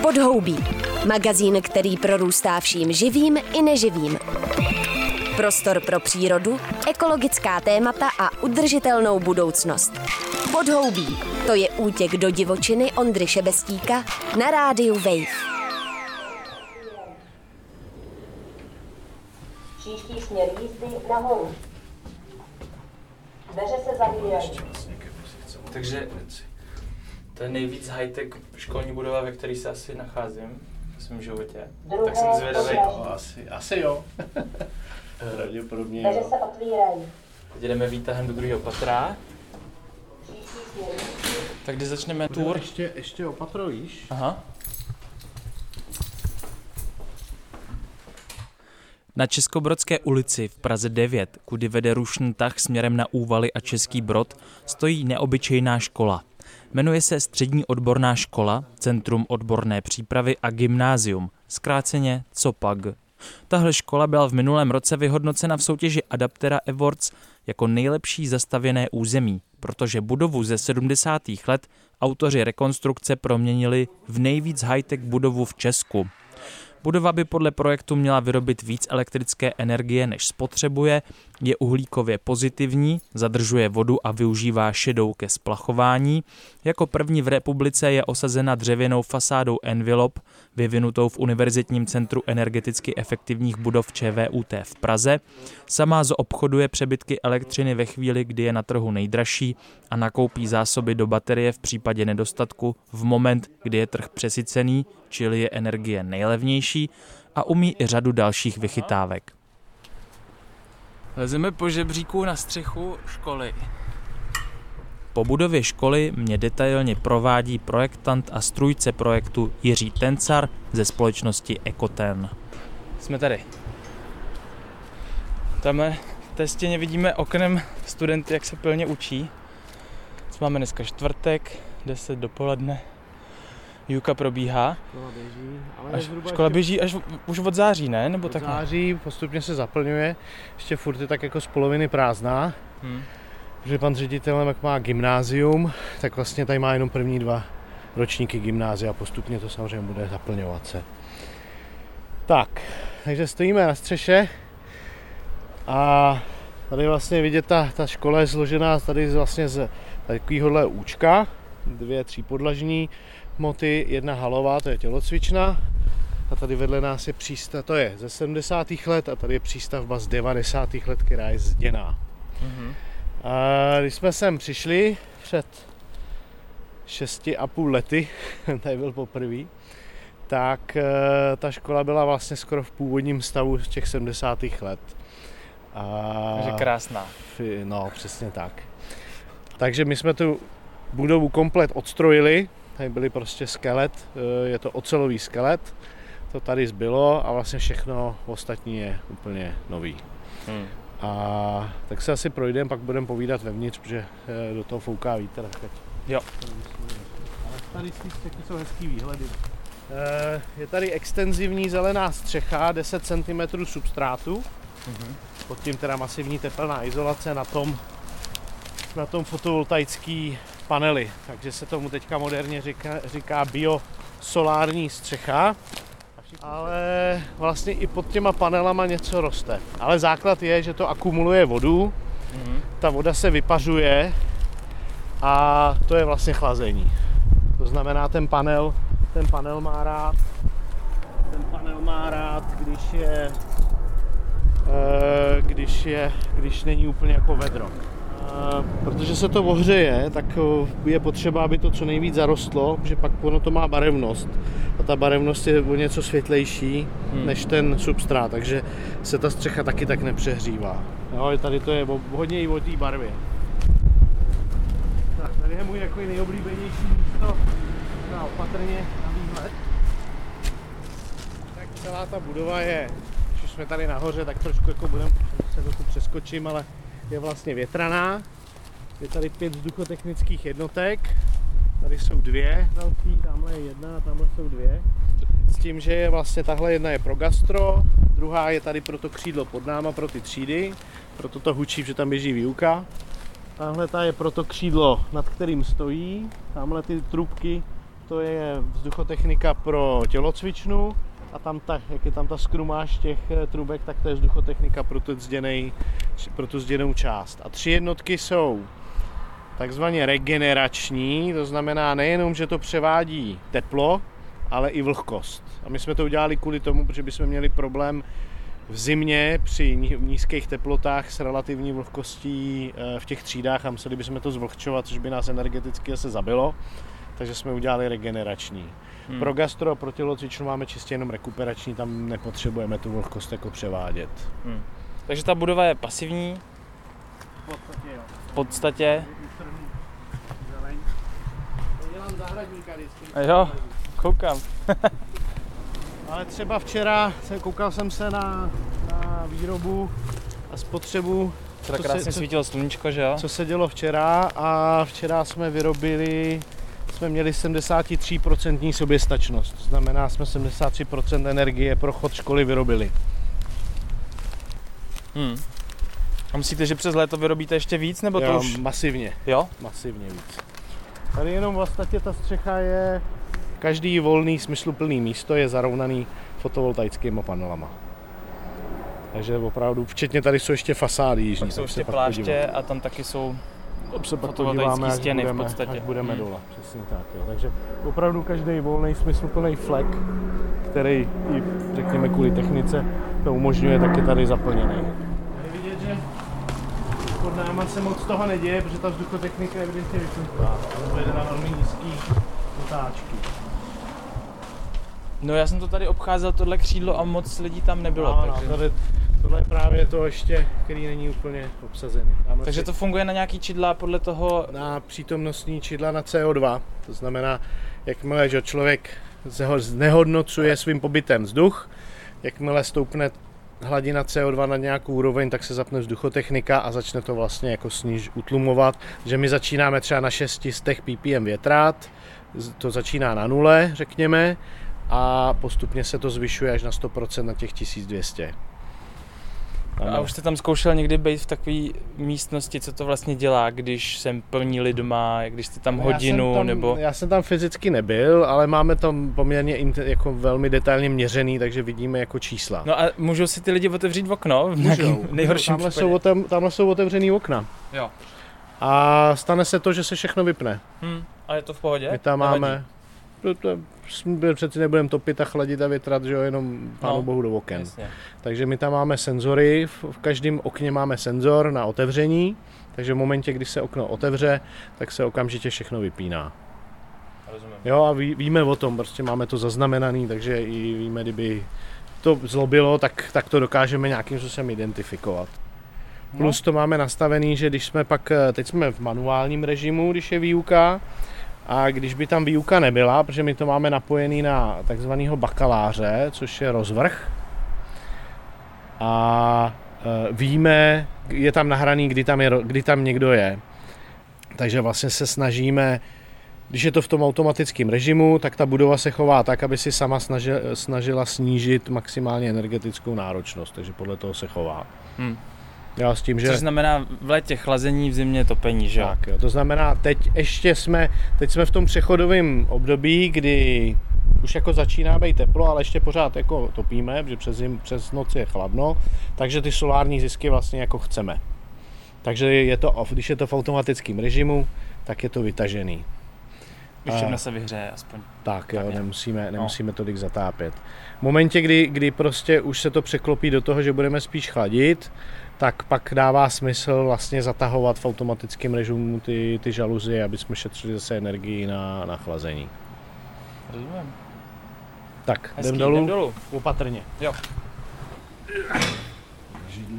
Podhoubí. Magazín, který prorůstá vším živým i neživým. Prostor pro přírodu, ekologická témata a udržitelnou budoucnost. Podhoubí. To je útěk do divočiny Ondry Šebestíka na rádiu Wave. Příští směr jízdy nahoru. Dveře se zavírají. Takže to je nejvíc high-tech školní budova, ve které se asi nacházím v svém životě. Tak jsem zvědavý. Asi jo. Pravděpodobně Dveře jo. se otvírají. Teď jdeme výtahem do druhého patra. Tak když začneme tour. Ještě opatro, víš? Aha. Na Českobrodské ulici v Praze 9, kudy vede rušný tah směrem na Úvaly a Český Brod, stojí neobyčejná škola. Jmenuje se Střední odborná škola, Centrum odborné přípravy a gymnázium, zkráceně COPAG. Tahle škola byla v minulém roce vyhodnocena v soutěži Adaptera Awards jako nejlepší zastavěné území, protože budovu ze 70. let autoři rekonstrukce proměnili v nejvíc high-tech budovu v Česku. Budova by podle projektu měla vyrobit víc elektrické energie, než spotřebuje, je uhlíkově pozitivní, zadržuje vodu a využívá šedou ke splachování. Jako první v republice je osazena dřevěnou fasádou Envelope, vyvinutou v Univerzitním centru energeticky efektivních budov ČVUT v Praze. Sama zaobchoduje přebytky elektřiny ve chvíli, kdy je na trhu nejdražší a nakoupí zásoby do baterie v případě nedostatku v moment, kdy je trh přesycený, čili je energie nejlevnější, a umí i řadu dalších vychytávek. Lezeme po žebříku na střechu školy. Po budově školy mě detailně provádí projektant a strůjce projektu Jiří Tencar ze společnosti Ekoten. Jsme tady. Tamhle v té stěně vidíme oknem studenty, jak se pilně učí. Máme dneska čtvrtek, 10 dopoledne. Výuka probíhá. Škola běží až už od září, ne? Nebo tak? Září postupně se zaplňuje, ještě furt je tak jako z poloviny prázdná. Protože pan ředitel, jak má gymnázium, tak vlastně tady má jenom první 2 ročníky gymnázia a postupně to samozřejmě bude zaplňovat se. Tak, takže stojíme na střeše a tady vlastně vidět, ta škola je složená tady vlastně z takovýhohle účka, 2 třípodlažní moty, 1 halová, to je tělocvična, a tady vedle nás je přístav, to je ze 70. let, a tady je přístavba z 90. let, která je zděná. A když jsme sem přišli před 6,5 lety, tady byl poprvé, tak ta škola byla vlastně skoro v původním stavu z těch 70. let. Takže krásná. No, přesně tak. Takže my jsme tu budovu komplet odstrojili, tady byly prostě skelet, je to ocelový skelet, to tady zbylo a vlastně všechno ostatní je úplně nový. A tak se asi projdeme, pak budeme povídat vevnitř, protože do toho fouká vítr. Jo. Ale tady jsou hezký výhledy. Je tady extenzivní zelená střecha, 10 cm substrátu, pod tím teda masivní tepelná izolace, na tom fotovoltaický panely, takže se tomu teďka moderně říká biosolární střecha. Ale vlastně i pod těma panelama něco roste. Ale základ je, že to akumuluje vodu, ta voda se vypařuje a to je vlastně chlazení. To znamená, ten panel má rád, když není úplně jako vedro. Protože se to ohřeje, tak je potřeba, aby to co nejvíc zarostlo, protože pak ono to má barevnost. A ta barevnost je o něco světlejší než ten substrát, takže se ta střecha taky tak nepřehřívá. Jo, tady to je hodně i o té barvě. Tak, tady je můj takový nejoblíbenější místo na opatrně na výhled. Tak celá ta budova je, když jsme tady nahoře, tak trošku jako se to tu přeskočím, ale je vlastně větraná. Je tady 5 vzduchotechnických jednotek. Tady jsou 2 velký, tamhle je 1 a tamhle jsou 2. S tím, že je vlastně tahle jedna je pro gastro, druhá je tady pro to křídlo pod náma, pro ty třídy, proto to hučí, že tam běží výuka. Tahle ta je pro to křídlo, nad kterým stojí, tamhle ty trubky to je vzduchotechnika pro tělocvičnu a tam jak je tam ta skrumáž těch trubek, tak to je vzduchotechnika pro tu zděnou část. A 3 jednotky jsou takzvaně regenerační, to znamená nejenom, že to převádí teplo, ale i vlhkost. A my jsme to udělali kvůli tomu, protože bychom měli problém v zimě při nízkých teplotách s relativní vlhkostí v těch třídách a museli bychom to zvlhčovat, což by nás energeticky zase zabilo. Takže jsme udělali regenerační. Pro gastro, pro tělocvičnu máme čistě jenom rekuperační, tam nepotřebujeme tu vlhkost jako převádět. Takže ta budova je pasivní? V podstatě. Dělám zahradníka vždycky. Jo, koukám. Ale třeba včera koukal jsem se na výrobu a spotřebu. Teda krásně svítilo sluníčko, že jo? Co se dělo včera a včera jsme měli 73% soběstačnost. To znamená, jsme 73% energie pro chod školy vyrobili. A myslíte, že přes léto vyrobíte ještě víc, nebo to už? Masivně. Jo? Masivně víc. Tady jenom vlastně ta střecha je, každý volný smysluplný místo je zarovnaný fotovoltaickými panelama. Takže opravdu, včetně tady jsou ještě fasády jižní. Pak jsou ještě pláště a tam taky jsou fotovoltaické stěny v podstatě. Až budeme dole, přesně tak. Jo. Takže opravdu každý volný smysluplný flek, který i řekněme kvůli technice to umožňuje, tak je tady zaplněný. Je vidět, že pod náma se moc toho neděje, protože ta vzduchotechnika je evidentně vypnutá. To jde na velmi nízký otáčky. No já jsem to tady obcházel, tohle křídlo a moc lidí tam nebylo. Takže... Tohle je právě to ještě, který není úplně obsazený. Takže to funguje na nějaký čidla podle toho? Na přítomnostní čidla na CO2. To znamená, jakmile že člověk znehodnocuje svým pobytem vzduch, jakmile stoupne hladina CO2 na nějakou úroveň, tak se zapne vzduchotechnika a začne to vlastně jako utlumovat. Že my začínáme třeba na 600 ppm větrát, to začíná na 0, řekněme, a postupně se to zvyšuje až na 100% na těch 1200. A už jste tam zkoušel někdy být v takové místnosti, co to vlastně dělá, když jsem plní lidma, když jste tam hodinu, nebo... Já jsem tam fyzicky nebyl, ale máme tam poměrně jako velmi detailně měřený, takže vidíme jako čísla. No a můžou si ty lidi otevřít okno? Můžou. Nejhorším tamhle jsou otevřený okna. Jo. A stane se to, že se všechno vypne. A je to v pohodě? My tam máme... Přeci nebudeme topit a chladit a větrat, že jo, jenom pánu bohu do oken. Jasně. Takže my tam máme senzory, v každém okně máme senzor na otevření, takže v momentě, kdy se okno otevře, tak se okamžitě všechno vypíná. Rozumím. Jo, a víme o tom, prostě máme to zaznamenaný, takže i víme, kdyby to zlobilo, tak to dokážeme nějakým způsobem identifikovat. Plus to máme nastavený, že když jsme teď jsme v manuálním režimu, když je výuka, a když by tam výuka nebyla, protože my to máme napojený na takzvaného bakaláře, což je rozvrh, a víme, je tam nahraný, kdy tam někdo je. Takže vlastně se snažíme, když je to v tom automatickém režimu, tak ta budova se chová tak, aby si sama snažila snížit maximálně energetickou náročnost, takže podle toho se chová. Já s tím, že... Což znamená v létě chlazení, v zimě topení, že? Tak jo, to znamená, teď jsme v tom přechodovém období, kdy už jako začíná být teplo, ale ještě pořád jako topíme, protože přes noc je chladno, takže ty solární zisky vlastně jako chceme. Takže když je to v automatickém režimu, tak je to vytažený. Ještě se vyhřeje aspoň. Tak jo, nemusíme tolik zatápět. V momentě, kdy prostě už se to překlopí do toho, že budeme spíš chladit, tak pak dává smysl vlastně zatahovat v automatickém režimu ty žaluzie, aby jsme šetřili zase energii na chlazení. Rozumím. Tak, jdem dolů. Opatrně. Jo. Židli.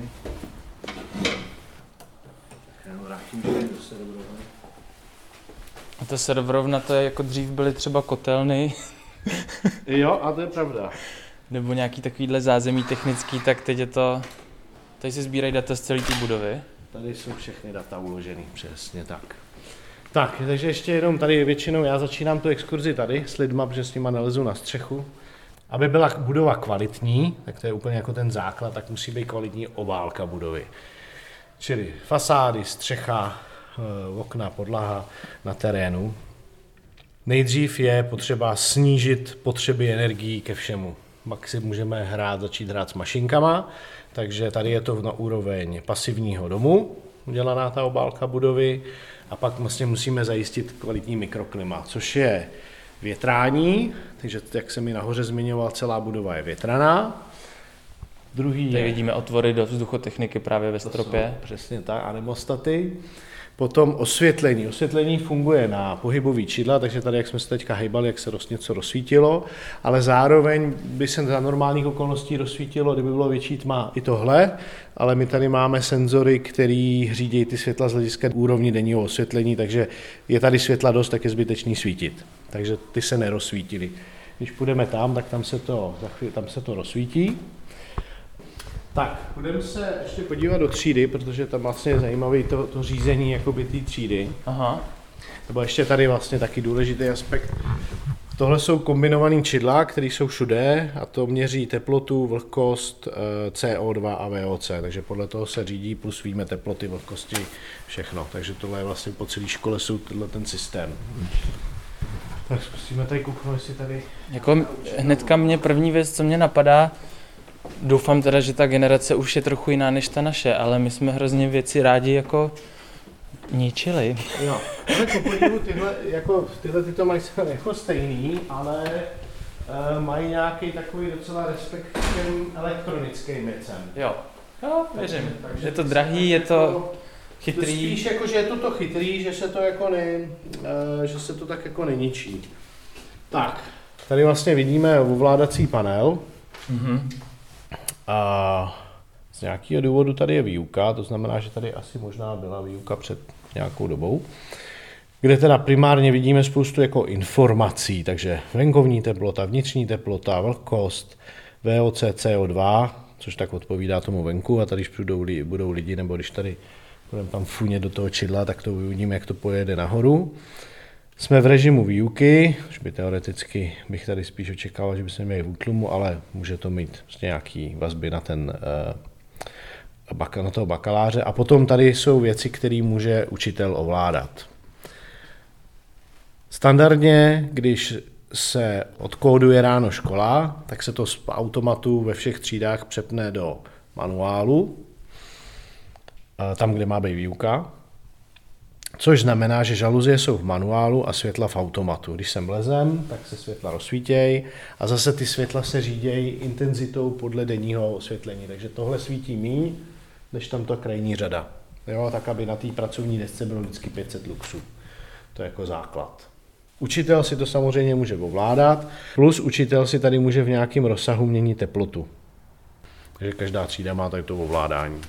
A ta serverovna, to je jako dřív byly třeba kotelny. Jo, a to je pravda. Nebo nějaký takovýhle zázemí technický, tak teď je to... Tady se sbírají data z celé té budovy. Tady jsou všechny data uložený, přesně tak. Tak, takže ještě jenom tady většinou já začínám tu exkurzi tady s lidma, protože s nima nelezu na střechu. Aby byla budova kvalitní, tak to je úplně jako ten základ, tak musí být kvalitní obálka budovy. Čili fasády, střecha, okna, podlaha na terénu. Nejdřív je potřeba snížit potřeby energií ke všemu. Pak si můžeme začít hrát s mašinkama, takže tady je to na úroveň pasivního domu, udělaná ta obálka budovy, a pak vlastně musíme zajistit kvalitní mikroklima, což je větrání, takže jak jsem mi nahoře zmiňoval, celá budova je větraná. Druhý tady vidíme otvory do vzduchotechniky právě ve stropě. Přesně tak, a nemostaty. Potom osvětlení. Osvětlení funguje na pohybový čidla, takže tady, jak jsme se teďka hejbali, jak se něco rozsvítilo, ale zároveň by se za normálních okolností rozsvítilo, kdyby bylo větší tma, i tohle, ale my tady máme senzory, který řídí ty světla z hlediska úrovni denního osvětlení, takže je tady světla dost, tak je zbytečný svítit. Takže ty se nerozsvítily. Když půjdeme tam, tak tam se to rozsvítí. Tak, budeme se ještě podívat do třídy, protože tam vlastně je zajímavé to řízení jakoby té třídy. Aha. Nebo ještě tady vlastně taky důležitý aspekt. Tohle jsou kombinovaný čidla, které jsou všude, a to měří teplotu, vlhkost, CO2 a VOC, takže podle toho se řídí, plus víme teploty, vlhkosti, všechno. Takže tohle je vlastně po celé škole jsou ten systém. Tak zkusíme tady kouknout, jestli tady... Jako hnedka mě první věc, co mě napadá, doufám teda, že ta generace už je trochu jiná než ta naše, ale my jsme hrozně věci rádi jako ničili. Jo, ale po podivu tyhle to mají jako stejný, ale mají nějaký takový docela respekt k těm elektronickým věcem. Jo, věřím. Je to drahý, je to chytrý. To spíš jako, že je to chytrý, že se to jako že se to tak jako neničí. Tak, tady vlastně vidíme ovládací panel. A z nějakého důvodu tady je výuka, to znamená, že tady asi možná byla výuka před nějakou dobou, kde teda primárně vidíme spoustu jako informací, takže venkovní teplota, vnitřní teplota, vlhkost, VOC, CO2, což tak odpovídá tomu venku, a tady když budou lidi, nebo když tady budeme tam funět do toho čidla, tak to uvidíme, jak to pojede nahoru. Jsme v režimu výuky, už by teoreticky bych tady spíš očekával, že bychom měli v útlumu, ale může to mít vlastně nějaký vazby na na toho bakaláře. A potom tady jsou věci, které může učitel ovládat. Standardně, když se odkóduje ráno škola, tak se to z automatu ve všech třídách přepne do manuálu, tam, kde má být výuka. Což znamená, že žaluzie jsou v manuálu a světla v automatu. Když sem vlezem, tak se světla rozsvítějí a zase ty světla se řídějí intenzitou podle denního osvětlení. Takže tohle svítí míň, než tam ta krajní řada. Jo, tak, aby na té pracovní desce bylo vždycky 500 luxů. To je jako základ. Učitel si to samozřejmě může ovládat, plus učitel si tady může v nějakém rozsahu měnit teplotu. Takže každá třída má tady to ovládání.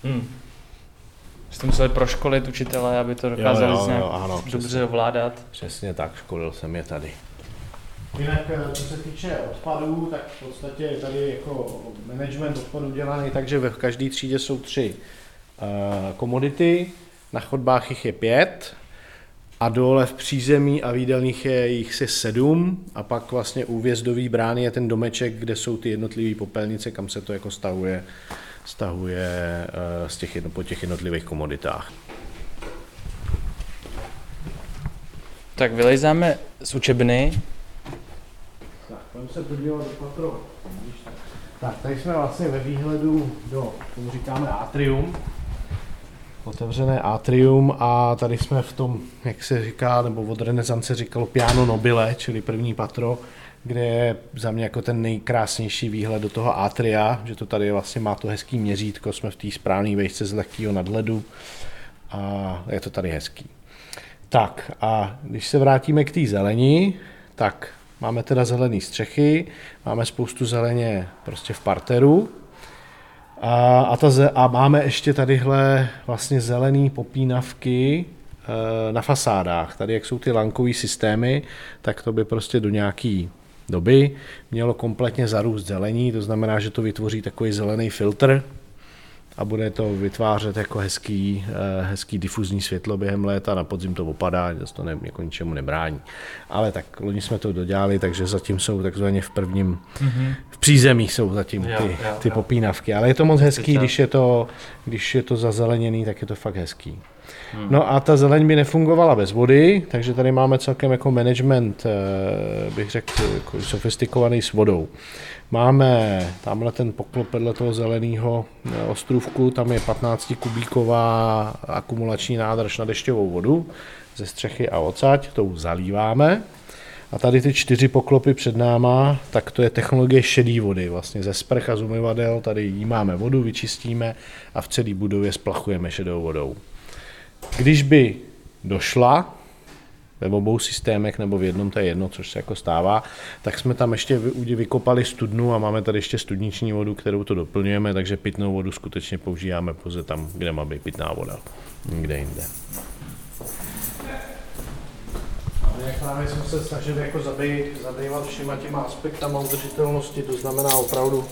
Jste museli proškolit učitele, aby to dokázali dobře ovládat. Přesně tak, školil jsem je tady. Jinak, co se týče odpadů, tak v podstatě tady je jako management odpadů dělaný, takže v každé třídě jsou 3 komodity, na chodbách jich je 5 a dole v přízemí a v jídelních je jich 7 a pak vlastně u vjezdové brány je ten domeček, kde jsou ty jednotlivé popelnice, kam se to jako stahuje po těch jednotlivých komoditách. Tak vylejzáme z učebny. Tak, pojďme se podívat do patro. Tak, tady jsme vlastně ve výhledu do, tomu říkáme atrium. Otevřené atrium a tady jsme v tom, jak se říká, nebo od renesance říkalo piano nobile, čili první patro, kde je za mě jako ten nejkrásnější výhled do toho atria, že to tady vlastně má to hezký měřítko, jsme v té správné vejšce z lehkého nadhledu a je to tady hezký. Tak a když se vrátíme k té zeleni, tak máme teda zelený střechy, máme spoustu zeleně prostě v parteru a máme ještě tadyhle vlastně zelený popínavky na fasádách. Tady, jak jsou ty lankové systémy, tak to by prostě do nějaký doby mělo kompletně zarůst zelení, to znamená, že to vytvoří takový zelený filtr a bude to vytvářet jako hezký difuzní světlo během léta, na podzim to opadá, zase to jako ničemu nebrání. Ale tak loni jsme to dodělali, takže zatím jsou takzvaně v přízemí jsou zatím ty popínavky, ale je to moc hezký, když je to zazeleněný, tak je to fakt hezký. No a ta zeleň by nefungovala bez vody, takže tady máme celkem jako management, bych řekl, jako sofistikovaný s vodou. Máme tamhle ten poklop vedle toho zeleného ostrůvku, tam je 15 kubíková akumulační nádrž na dešťovou vodu ze střechy a odsaď, tou zalíváme. A tady ty 4 poklopy před náma, tak to je technologie šedé vody, vlastně ze sprch a z umyvadel, tady jímáme vodu, vyčistíme a v celé budově splachujeme šedou vodou. Když by došla, ve obou systémech nebo v jednom, to je jedno, což se jako stává, tak jsme tam ještě vykopali studnu a máme tady ještě studniční vodu, kterou to doplňujeme, takže pitnou vodu skutečně používáme pouze tam, kde má být pitná voda, nikde jinde. Jak právě jsme se snažili jako zabývat všema těma aspektama udržitelnosti, to znamená opravdu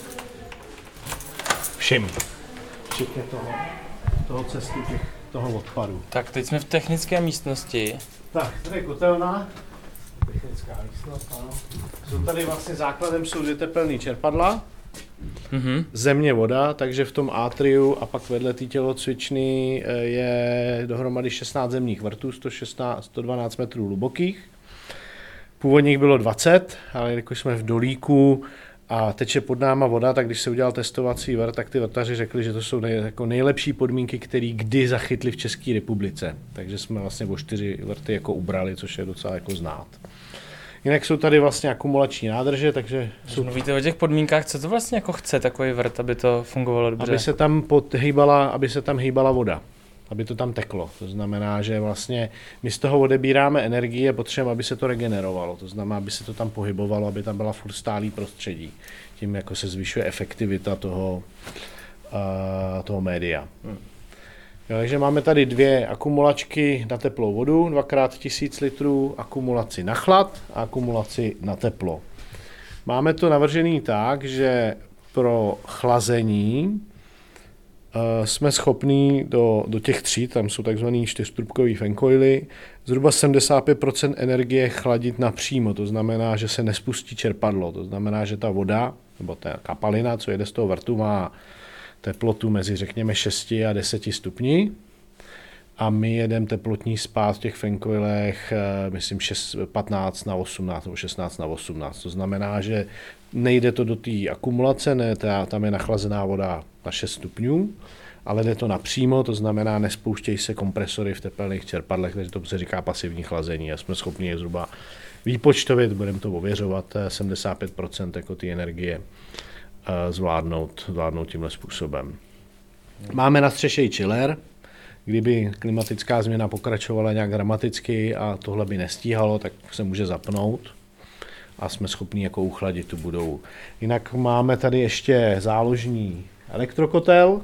všim, včetně toho cestu toho odpadu. Tak teď jsme v technické místnosti. Tak, tady je kotelna, technická místnost, ano. Jsou tady vlastně základem jsou 2 tepelný čerpadla, země, voda, takže v tom atriu a pak vedle té tělocvičny je dohromady 16 zemních vrtů, 112 metrů hlubokých. Původně jich bylo 20, ale když jsme v dolíku a teče pod náma voda, tak když se udělal testovací vrt, tak ty vrtaři řekli, že to jsou jako nejlepší podmínky, které kdy zachytli v České republice. Takže jsme vlastně o 4 vrty jako ubrali, což je docela jako znát. Jinak jsou tady vlastně akumulační nádrže, takže... Mluvíte o těch podmínkách, co to vlastně jako chce takový vrt, aby to fungovalo dobře? Aby se tam hýbala voda, aby to tam teklo. To znamená, že vlastně my z toho odebíráme energii a potřebujeme, aby se to regenerovalo. To znamená, aby se to tam pohybovalo, aby tam byla furt stálý prostředí. Tím jako se zvyšuje efektivita toho média. Jo, takže máme tady 2 akumulačky na teplou vodu, 2x1000 litrů, akumulaci na chlad a akumulaci na teplo. Máme to navržený tak, že pro chlazení jsme schopní do těch 3, tam jsou takzvaný 4trubkový fancoily, zhruba 75% energie chladit napřímo, to znamená, že se nespustí čerpadlo, to znamená, že ta voda, nebo ta kapalina, co jede z toho vrtu, má teplotu mezi řekněme 6 a 10 stupni a my jedeme teplotní spád v těch fancoilech, myslím 15 na 18 nebo 16 na 18. To znamená, že nejde to do té akumulace, ne, tam je nachlazená voda na 6 stupňů, ale jde to napřímo, to znamená nespouštějí se kompresory v tepelných čerpadlech, takže to se říká pasivní chlazení a jsme schopni je zhruba výpočtovit, budeme to ověřovat, 75% jako ty energie zvládnout tímhle způsobem. Máme na střeše i chiller, kdyby klimatická změna pokračovala nějak dramaticky a tohle by nestíhalo, tak se může zapnout a jsme schopni jako uchladit tu budovu. Jinak máme tady ještě záložní elektrokotel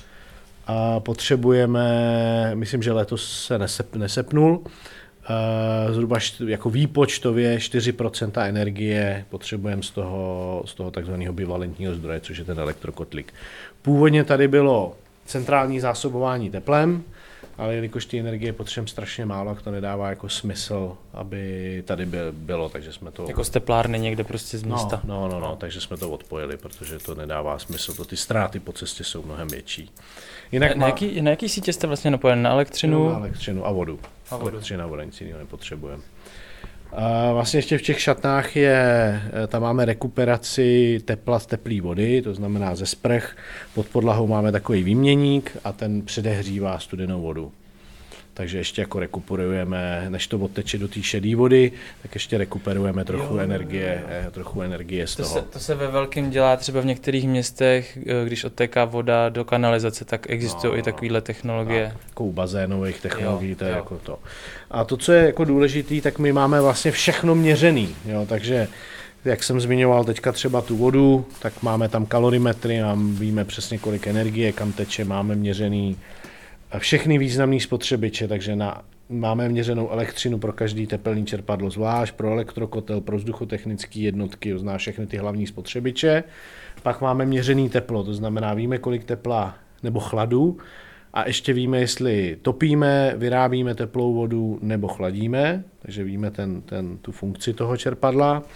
a potřebujeme, myslím, že letos se nesepnul, zhruba jako výpočtově 4% energie potřebujeme z toho takzvaného bivalentního zdroje, což je ten elektrokotlik. Původně tady bylo centrální zásobování teplem, ale jelikož ty energie potřebujeme strašně málo, tak to nedává jako smysl, aby tady bylo, takže jsme to... Jako z teplárny někde prostě z místa. No, takže jsme to odpojili, protože to nedává smysl, ty ztráty po cestě jsou mnohem větší. Jinak na jaký sítě jste vlastně napojen? Na elektřinu? Na elektřinu a vodu. Elektřina a voda, nic jiného nepotřebujeme. A vlastně ještě v těch šatnách tam máme rekuperaci tepla z teplé vody, to znamená ze sprch. Pod podlahou máme takový výměník a ten předehřívá studenou vodu. Takže ještě jako rekuperujeme, než to odteče do té šedé vody, tak ještě rekuperujeme trochu energie z toho. To se ve velkém dělá třeba v některých městech, když odtéká voda do kanalizace, tak existují i takovéhle technologie. Jako u bazénových technologií, to je jako to. A to, co je jako důležitý, tak my máme vlastně všechno měřený, jo, takže jak jsem zmiňoval teďka třeba tu vodu, tak máme tam kalorimetry, víme přesně kolik energie, kam teče, máme měřený všechny významné spotřebiče, takže máme měřenou elektřinu pro každý tepelný čerpadlo zvlášť, pro elektrokotel, pro vzduchotechnické jednotky, to zná všechny ty hlavní spotřebiče. Pak máme měřený teplo, to znamená víme, kolik tepla nebo chladu a ještě víme, jestli topíme, vyrábíme teplou vodu nebo chladíme, takže víme tu funkci toho čerpadla.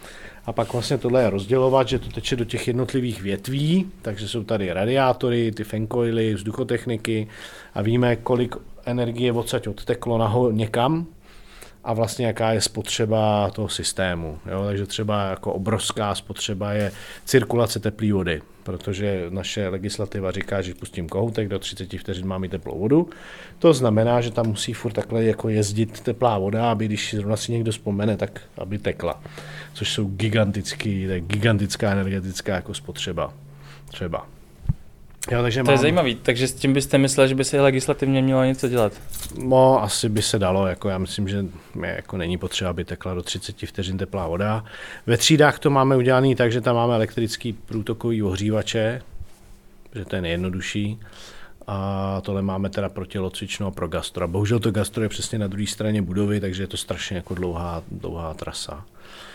A pak vlastně tohle je rozdělovat, že to teče do těch jednotlivých větví, takže jsou tady radiátory, ty fancoily, vzduchotechniky a víme, kolik energie odsaď odteklo někam a vlastně jaká je spotřeba toho systému. Jo? Takže třeba jako obrovská spotřeba je cirkulace teplé vody, protože naše legislativa říká, že pustím kohoutek, do 30 vteřin mám i teplou vodu. To znamená, že tam musí furt takhle jako jezdit teplá voda, aby když zrovna si někdo vzpomene, tak aby tekla. Což jsou gigantická energetická jako spotřeba. Třeba. Jo, takže to je zajímavý, takže s tím byste myslel, že by se legislativně mělo něco dělat? No, asi by se dalo, jako já myslím, že jako není potřeba, aby tekla do 30 vteřin teplá voda. Ve třídách to máme udělané tak, že tam máme elektrický průtokový ohřívače, že to je nejjednodušší. A tohle máme teda pro tělocvičnu a pro gastro. A bohužel to gastro je přesně na druhé straně budovy, takže je to strašně jako dlouhá trasa.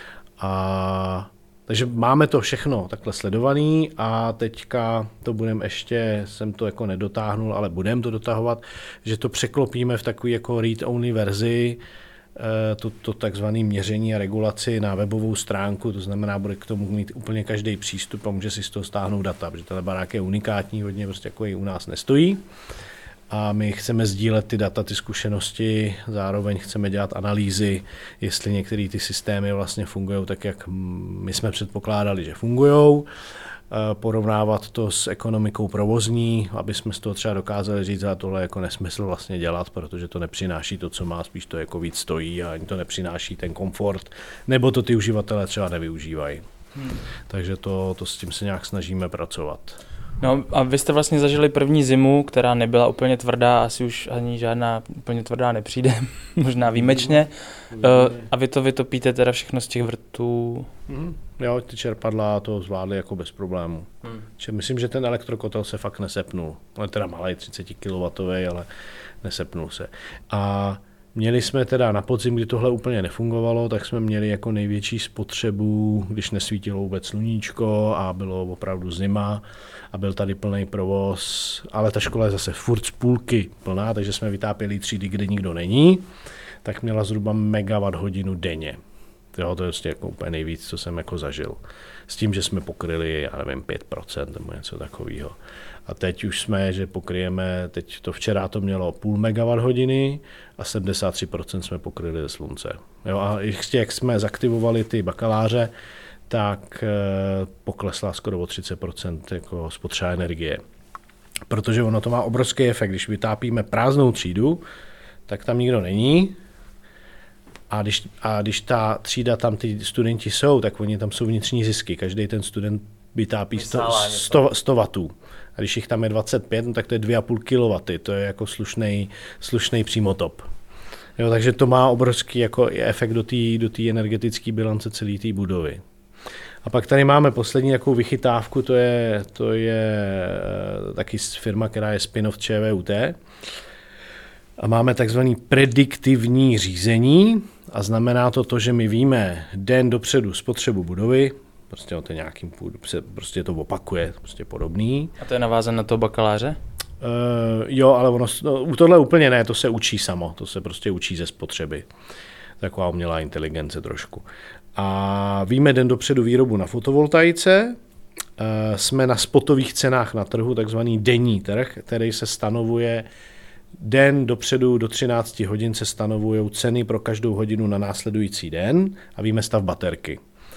Takže máme to všechno takhle sledovaný a teďka to budeme ještě, jsem to jako nedotáhnul, ale budeme to dotahovat, že to překlopíme v takový jako read-only verzi, to takzvané měření a regulaci na webovou stránku, to znamená, bude k tomu mít úplně každý přístup a může si z toho stáhnout data, protože ten barák je unikátní, hodně prostě jako u nás nestojí. A my chceme sdílet ty data, ty zkušenosti, zároveň chceme dělat analýzy, jestli některé ty systémy vlastně fungují tak, jak my jsme předpokládali, že fungují, porovnávat to s ekonomikou provozní, aby jsme z toho třeba dokázali říct, že tohle jako nesmysl vlastně dělat, protože to nepřináší to, co má, spíš to jako víc stojí a ani to nepřináší ten komfort, nebo to ty uživatelé třeba nevyužívají. Takže to s tím se nějak snažíme pracovat. No a vy jste vlastně zažili první zimu, která nebyla úplně tvrdá, asi už ani žádná úplně tvrdá nepřijde, možná výjimečně. A vy to vytopíte teda všechno z těch vrtů? Jo, ty čerpadla to zvládly jako bez problémů. Myslím, že ten elektrokotel se fakt nesepnul. On je teda malý, 30 kW, ale nesepnul se. A měli jsme teda na podzim, kdy tohle úplně nefungovalo, tak jsme měli jako největší spotřebu, když nesvítilo vůbec sluníčko a bylo opravdu zima a byl tady plný provoz, ale ta škola je zase furt z půlky plná, takže jsme vytápěli třídy, kde nikdo není, tak měla zhruba megawatt hodinu denně. Jo, to je vlastně jako úplně nejvíc, co jsem jako zažil. S tím, že jsme pokryli, já nevím, 5% nebo něco takového. A teď už jsme, že pokryjeme, teď to včera to mělo půl megawatt hodiny a 73% jsme pokryli ze slunce. Jo, a ještě jak jsme zaktivovali ty bakaláře, tak poklesla skoro o 30% jako spotřeba energie. Protože ono to má obrovský efekt, když vytápíme prázdnou třídu, tak tam nikdo není. A když ta třída, tam ty studenti jsou, tak oni tam jsou vnitřní zisky. Každý ten student vytápí 100 W. A když jich tam je 25, no tak to je 2,5 kW. To je jako slušný přímotop. Jo, takže to má obrovský jako efekt do té energetické bilance celé té budovy. A pak tady máme poslední takovou vychytávku, to je taky firma, která je spin-off ČVUT. A máme takzvané prediktivní řízení a znamená to, že my víme den dopředu spotřebu budovy, prostě to nějakým prostě to opakuje, prostě podobný. A to je navázané na toho bakaláře? Jo, ale u tohle úplně ne, to se učí samo, to se prostě učí ze spotřeby. Taková umělá inteligence trošku. A víme den dopředu výrobu na fotovoltaice, jsme na spotových cenách na trhu, takzvaný denní trh, který se stanovuje den dopředu do 13 hodin se stanovují ceny pro každou hodinu na následující den a víme stav baterky.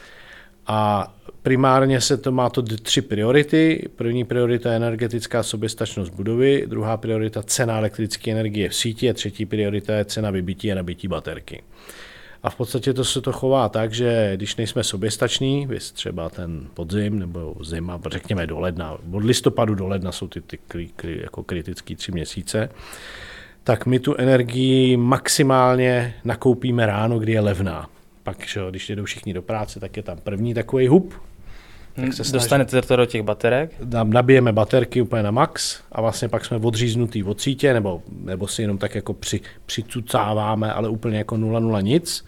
A primárně má to 3 priority. První priorita je energetická soběstačnost budovy, druhá priorita cena elektrické energie v síti a třetí priorita je cena vybití a nabití baterky. A v podstatě se to chová tak, že když nejsme soběstační, třeba ten podzim nebo zima, řekněme do ledna, od listopadu do ledna jsou ty jako kritický 3 měsíce, tak my tu energii maximálně nakoupíme ráno, kdy je levná. Pak, když jdou všichni do práce, tak je tam první takový hub. Dostanete to do těch baterek? Nabijeme baterky úplně na max a vlastně pak jsme odříznutý od sítě, nebo si jenom tak jako přicucáváme, ale úplně jako 0,0 nic.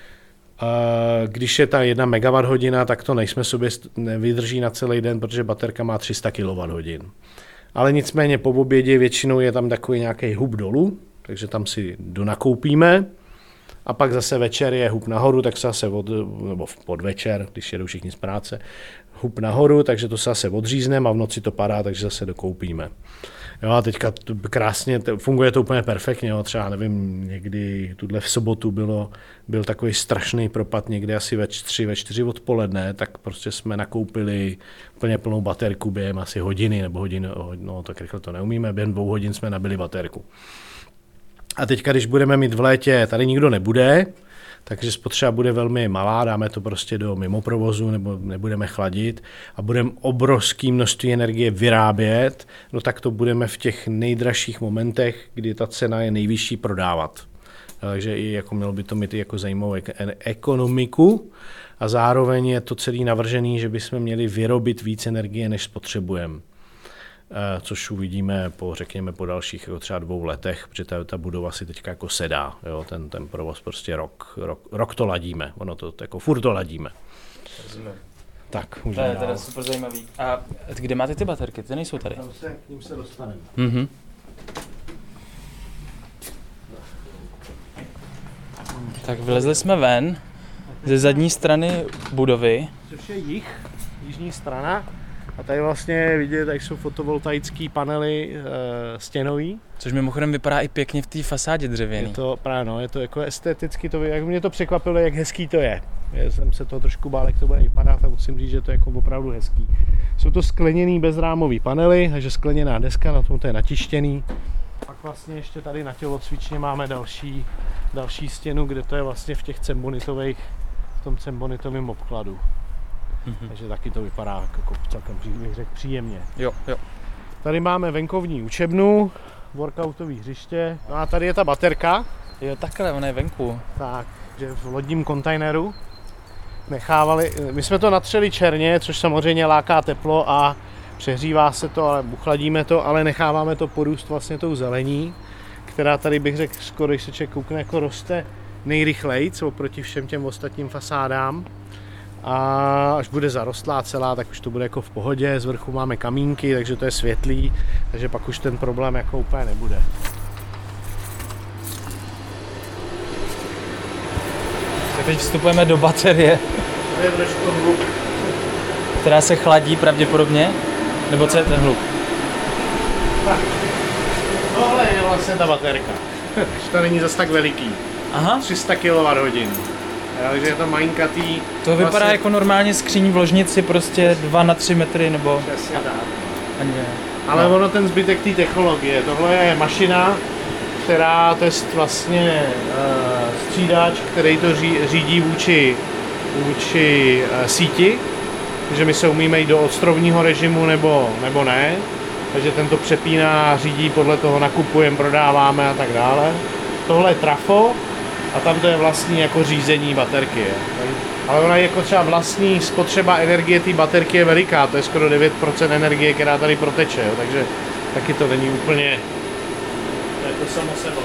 Když je ta 1 MWh, tak to nevydrží na celý den, protože baterka má 300 kWh. Ale nicméně po obědě většinou je tam takový nějaký hub dolů, takže tam si donakoupíme a pak zase večer je hub nahoru, tak se zase nebo podvečer, když jedou všichni z práce, hub nahoru, takže to se zase odřízneme a v noci to padá, takže zase dokoupíme. Jo, a teďka krásně, funguje to úplně perfektně, jo. Třeba nevím, někdy tuhle v sobotu byl takový strašný propad někde asi ve 4 odpoledne, tak prostě jsme nakoupili úplně plnou baterku během asi hodiny, nebo hodiny, no tak rychle to neumíme, během 2 hodin jsme nabili baterku. A teďka, když budeme mít v létě, tady nikdo nebude, takže spotřeba bude velmi malá, dáme to prostě do mimo provozu nebo nebudeme chladit a budeme obrovské množství energie vyrábět, no tak to budeme v těch nejdražších momentech, kdy ta cena je nejvyšší, prodávat. Takže i jako mělo by to mít i jako zajímavou ekonomiku a zároveň je to celý navržený, že bychom měli vyrobit víc energie, než spotřebujeme. Což uvidíme řekněme po dalších jako třeba 2 letech, protože ta budova si teďka jako sedá, jo, ten provoz prostě rok to ladíme, ono to jako furt to ladíme. Rozumím. Tak, to je teda super zajímavý. A kde máte ty baterky? Ty nejsou tady? K ním se dostaneme. Mhm. Tak vylezli jsme ven ze zadní strany budovy. Což je jižní strana. A tady vlastně vidět, tady jsou fotovoltaické panely stěnový. Což mimochodem vypadá i pěkně v té fasádě dřevěný. Je to právě, no, je to jako esteticky, jak mě to překvapilo, jak hezký to je. Já jsem se toho trošku bál, jak to bude vypadat a musím říct, že to je jako opravdu hezký. Jsou to skleněný bezrámový panely, takže skleněná deska, na tom to je natištěný. Pak vlastně ještě tady na tělocvičně máme další stěnu, kde to je vlastně v těch v tom cembonitovém obkladu. Takže taky to vypadá jako celkem příjemně. Jo. Tady máme venkovní učebnu, workoutový hřiště. No a tady je ta baterka. Jo, takhle, ona je venku. Tak, že v lodním kontejneru nechávali, my jsme to natřeli černě, což samozřejmě láká teplo a přehřívá se to, ale uchladíme to, ale necháváme to porůst vlastně tou zelení, která tady bych řekl, skoro když se člověk koukne, jako roste nejrychleji, oproti všem těm ostatním fasádám. A až bude zarostlá celá, tak už to bude jako v pohodě, z vrchu máme kamínky, takže to je světlý, takže pak už ten problém jako úplně nebude. Tak teď vstupujeme do baterie. To je trošku hluk. Která se chladí pravděpodobně, nebo co je ten hluk? Tak, tohle je vlastně ta baterka, to není zas tak veliký. Aha. 300 kWh. Takže je to malinkatý. To vypadá vlastně jako normálně skříň v ložnici, prostě 2 na 3 metry nebo... Přesně tak. Ale ono ten zbytek té technologie, tohle je mašina, která to je vlastně střídač, který to řídí vůči síti, že my se umíme jít do odstrovního režimu nebo ne, takže ten to přepíná, řídí, podle toho nakupujeme, prodáváme a tak dále. Tohle je trafo a tam to je vlastní jako řízení baterky. Ale ona je jako třeba vlastní spotřeba energie té baterky je veliká, to je skoro 9% energie, která tady proteče, jo, takže taky to není úplně, to je to samo sebou.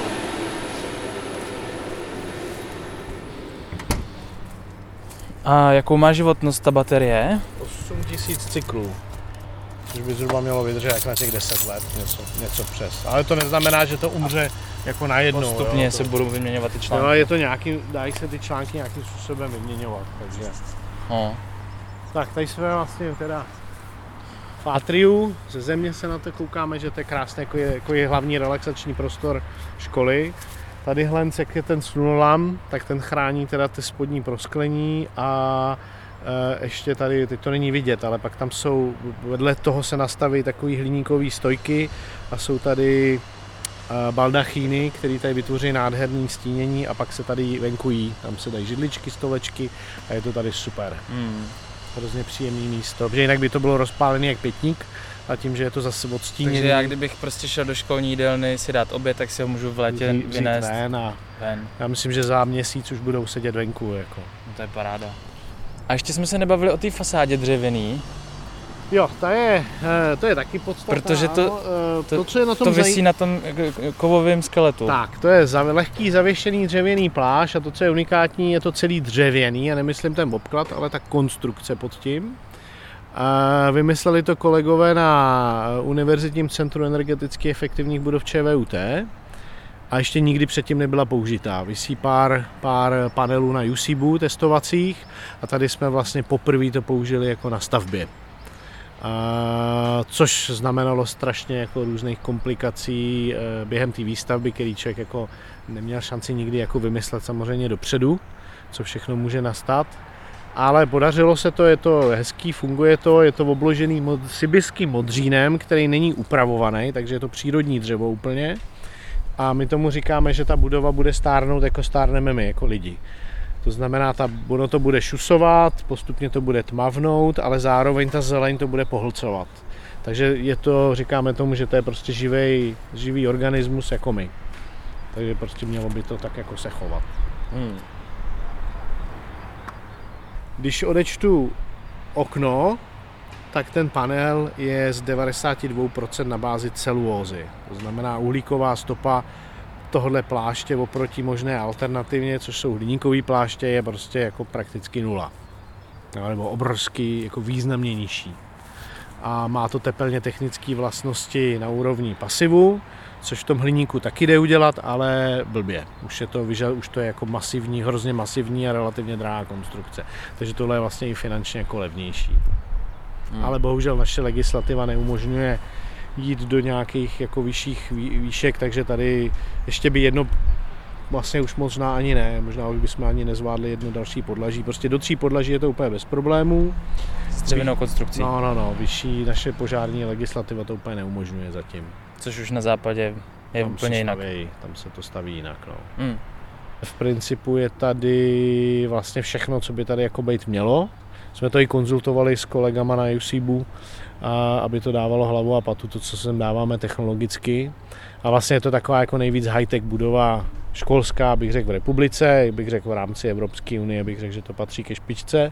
A jakou má životnost ta baterie? 8000 cyklů, což by zhruba mělo vydržet jak na těch 10 let, něco přes. Ale to neznamená, že to umře jako najednou. Postupně jo, se budou vyměňovat ty články. No, je to dají se ty články nějakým způsobem vyměňovat, takže. Tak, tady jsme vlastně teda v atriu, ze země se na to koukáme, že to je krásné, jako je hlavní relaxační prostor školy. Tadyhle, jak je ten slunolam, tak ten chrání teda ty spodní prosklení a ještě tady, teď to není vidět, ale pak tam jsou, vedle toho se nastaví takový hliníkový stojky a jsou tady baldachíny, které tady vytvoří nádherné stínění a pak se tady venkují, tam se dají židličky, stolečky a je to tady super. Hrozně příjemné místo, protože jinak by to bylo rozpálený jak pětník a tím, že je to zase odstíněný. Takže já kdybych prostě šel do školní jídelny si dát oběd, tak si ho můžu v létě vynést ven. Já myslím, že za měsíc už budou sedět venku. Jako. No to je paráda. A ještě jsme se nebavili o té fasádě dřevěný. Jo, to je taky podstatná. Protože co je na tom to visí na tom kovovém skeletu. Tak, to je lehký zavěšený dřevěný plášť a to, co je unikátní, je to celý dřevěný, a nemyslím ten obklad, ale ta konstrukce pod tím. Vymysleli to kolegové na Univerzitním centru energeticky efektivních budov ČVUT a ještě nikdy předtím nebyla použitá. Visí pár panelů na UCBu testovacích a tady jsme vlastně poprvé to použili jako na stavbě. Což znamenalo strašně jako různých komplikací během té výstavby, který člověk jako neměl šanci nikdy jako vymyslet samozřejmě dopředu, co všechno může nastat. Ale podařilo se to, je to hezký, funguje to, je to obložený sibirským modřínem, který není upravovaný, takže je to přírodní dřevo úplně. A my tomu říkáme, že ta budova bude stárnout, jako stárneme my, jako lidi. To znamená, ono to bude šusovat, postupně to bude tmavnout, ale zároveň ta zeleň to bude pohlcovat. Takže je to, říkáme tomu, že to je prostě živý organismus jako my. Takže prostě mělo by to tak jako se chovat. Když odečtu okno, tak ten panel je z 92% na bázi celulózy. To znamená uhlíková stopa tohle pláště oproti možné alternativně, což jsou hliníkové pláště, je prostě jako prakticky nula. Nebo obrovský, jako významně nižší. A má to tepelně technické vlastnosti na úrovni pasivu, což v tom hliníku taky jde udělat, ale blbě. Už to je jako masivní, hrozně masivní a relativně drahá konstrukce. Takže tohle je vlastně i finančně jako levnější. Ale bohužel naše legislativa neumožňuje jít do nějakých jako vyšších výšek, takže tady ještě by jedno, vlastně už možná ani ne, možná už bychom ani nezvládli jedno další podlaží. Prostě do 3 podlaží je to úplně bez problémů. S dřevěnou konstrukcí. No, vyšší naše požární legislativa to úplně neumožňuje zatím. Což už na západě je tam úplně jinak. Tam se to staví jinak, no. V principu je tady vlastně všechno, co by tady jako být mělo. Jsme to i konzultovali s kolegama na UCBu, aby to dávalo hlavu a patu, to, co sem dáváme technologicky. A vlastně je to taková jako nejvíc high-tech budova školská, bych řekl v republice, bych řekl v rámci Evropské unie, bych řekl, že to patří ke špičce.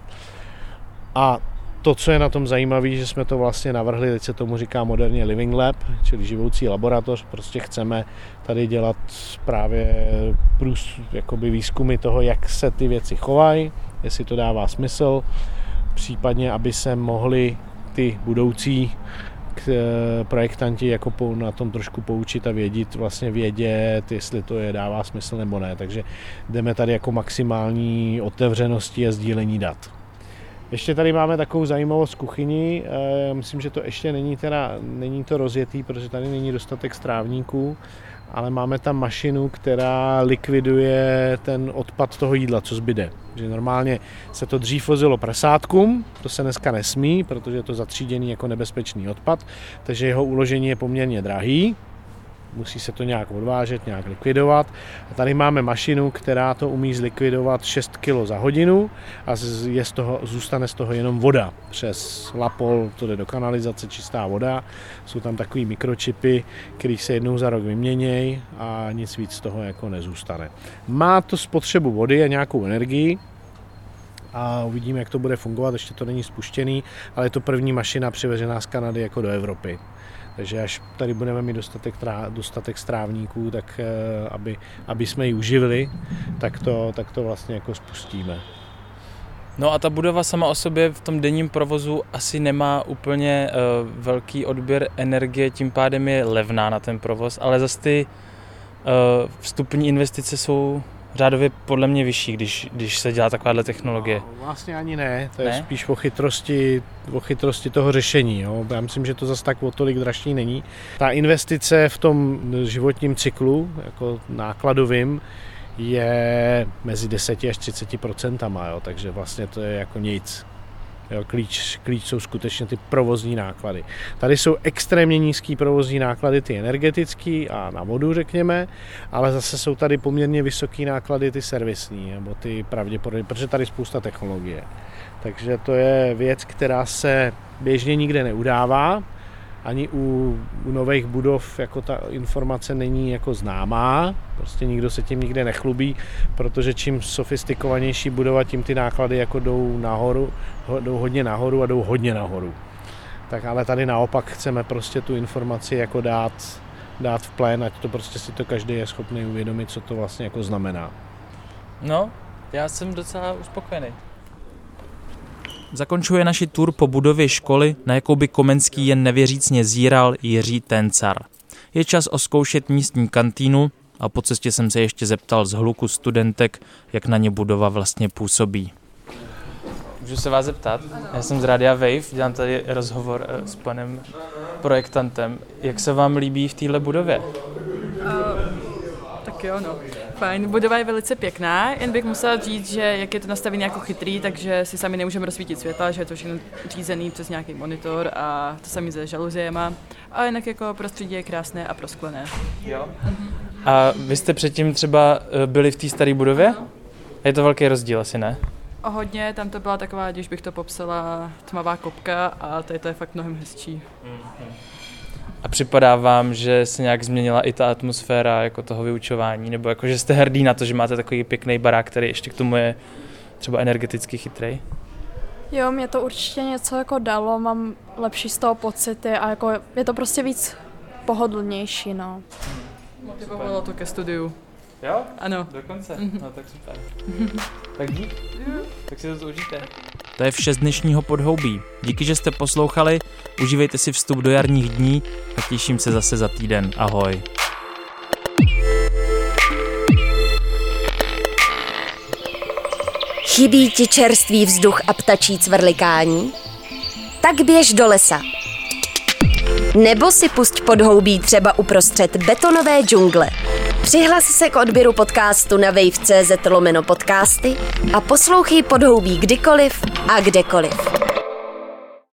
A to, co je na tom zajímavé, že jsme to vlastně navrhli, teď se tomu říká moderně Living Lab, čili živoucí laboratoř, prostě chceme tady dělat právě jakoby výzkumy toho, jak se ty věci chovají, jestli to dává smysl, případně, aby se mohli ty budoucí projektanti jako na tom trošku poučit a vědět, jestli to dává smysl nebo ne. Takže jdeme tady jako maximální otevřenosti a sdílení dat. Ještě tady máme takovou zajímavost kuchyni, myslím, že to ještě není to rozjetý, protože tady není dostatek strávníků, ale máme tam mašinu, která likviduje ten odpad toho jídla, co zbyde. Že normálně se to dřív vozilo prasátkům, to se dneska nesmí, protože je to zatříděný jako nebezpečný odpad, takže jeho uložení je poměrně drahý. Musí se to nějak odvážet, nějak likvidovat. A tady máme mašinu, která to umí zlikvidovat 6 kg za hodinu a zůstane z toho jenom voda. Přes Lapol to jde do kanalizace, čistá voda. Jsou tam takový mikročipy, který se jednou za rok vyměnějí a nic víc z toho jako nezůstane. Má to spotřebu vody a nějakou energii, a uvidíme, jak to bude fungovat. Ještě to není spuštěný, ale je to první mašina přivežená z Kanady jako do Evropy. Takže až tady budeme mít dostatek strávníků, tak aby jsme ji uživili, tak to vlastně jako spustíme. No a ta budova sama o sobě v tom denním provozu asi nemá úplně velký odběr energie, tím pádem je levná na ten provoz, ale zase ty vstupní investice jsou řádově podle mě vyšší, když se dělá takováhle technologie. No, vlastně ani ne, to je spíš o chytrosti toho řešení. Jo. Já myslím, že to zase tak o tolik dražší není. Ta investice v tom životním cyklu, jako nákladovým, je mezi 10 až 30%, jo, takže vlastně to je jako nic. Jo, klíč jsou skutečně ty provozní náklady. Tady jsou extrémně nízký provozní náklady, ty energetický a na vodu, řekněme, ale zase jsou tady poměrně vysoký náklady ty servisní, nebo ty pravděpodobně, protože tady spousta technologie. Takže to je věc, která se běžně nikde neudává, ani u nových budov jako ta informace není jako známá, prostě nikdo se tím nikde nechlubí, protože čím sofistikovanější budova, tím ty náklady jako jdou hodně nahoru a jdou hodně nahoru. Tak ale tady naopak chceme prostě tu informaci jako dát v plén, ať to prostě si to každý je schopný uvědomit, co to vlastně jako znamená. No, já jsem docela uspokojený. Zakončuje naši tur po budově školy, na jakou by Komenský jen nevěřícně zíral, Jiří Tencar. Je čas oskoušet místní kantýnu a po cestě jsem se ještě zeptal z hluku studentek, jak na ně budova vlastně působí. Můžu se vás zeptat? Já jsem z Rádia Wave, dělám tady rozhovor s panem projektantem. Jak se vám líbí v téhle budově? Tak jo, no. Fajn, budova je velice pěkná, jen bych musela říct, že jak je to nastavené jako chytrý, takže si sami nemůžeme rozsvítit světla, že je to všechno řízený přes nějaký monitor a to samý se žaluziema. A jinak jako prostředí je krásné a prosklené. Jo. A vy jste předtím třeba byli v té staré budově? Je to velký rozdíl asi, ne? O hodně, tam to byla taková, když bych to popsala, tmavá kopka a tady to je fakt mnohem hezčí. A připadá vám, že se nějak změnila i ta atmosféra jako toho vyučování, nebo jako, že jste hrdý na to, že máte takový pěkný barák, který ještě k tomu je třeba energeticky chytrý? Jo, mě to určitě něco jako dalo, mám lepší z toho pocity a jako je to prostě víc pohodlnější, no. Motivovalo to ke studiu. Jo? Ano. Dokonce? No tak super. Tak dík. Tak si to užijte. To je vše z dnešního Podhoubí. Díky, že jste poslouchali, užívejte si vstup do jarních dní a těším se zase za týden. Ahoj. Chybí ti čerstvý vzduch a ptačí cvrlikání? Tak běž do lesa. Nebo si pusť Podhoubí třeba uprostřed betonové džungle. Přihlas se k odběru podcastu na wave.cz/podcasty a poslouchej Podhoubí kdykoliv a kdekoliv.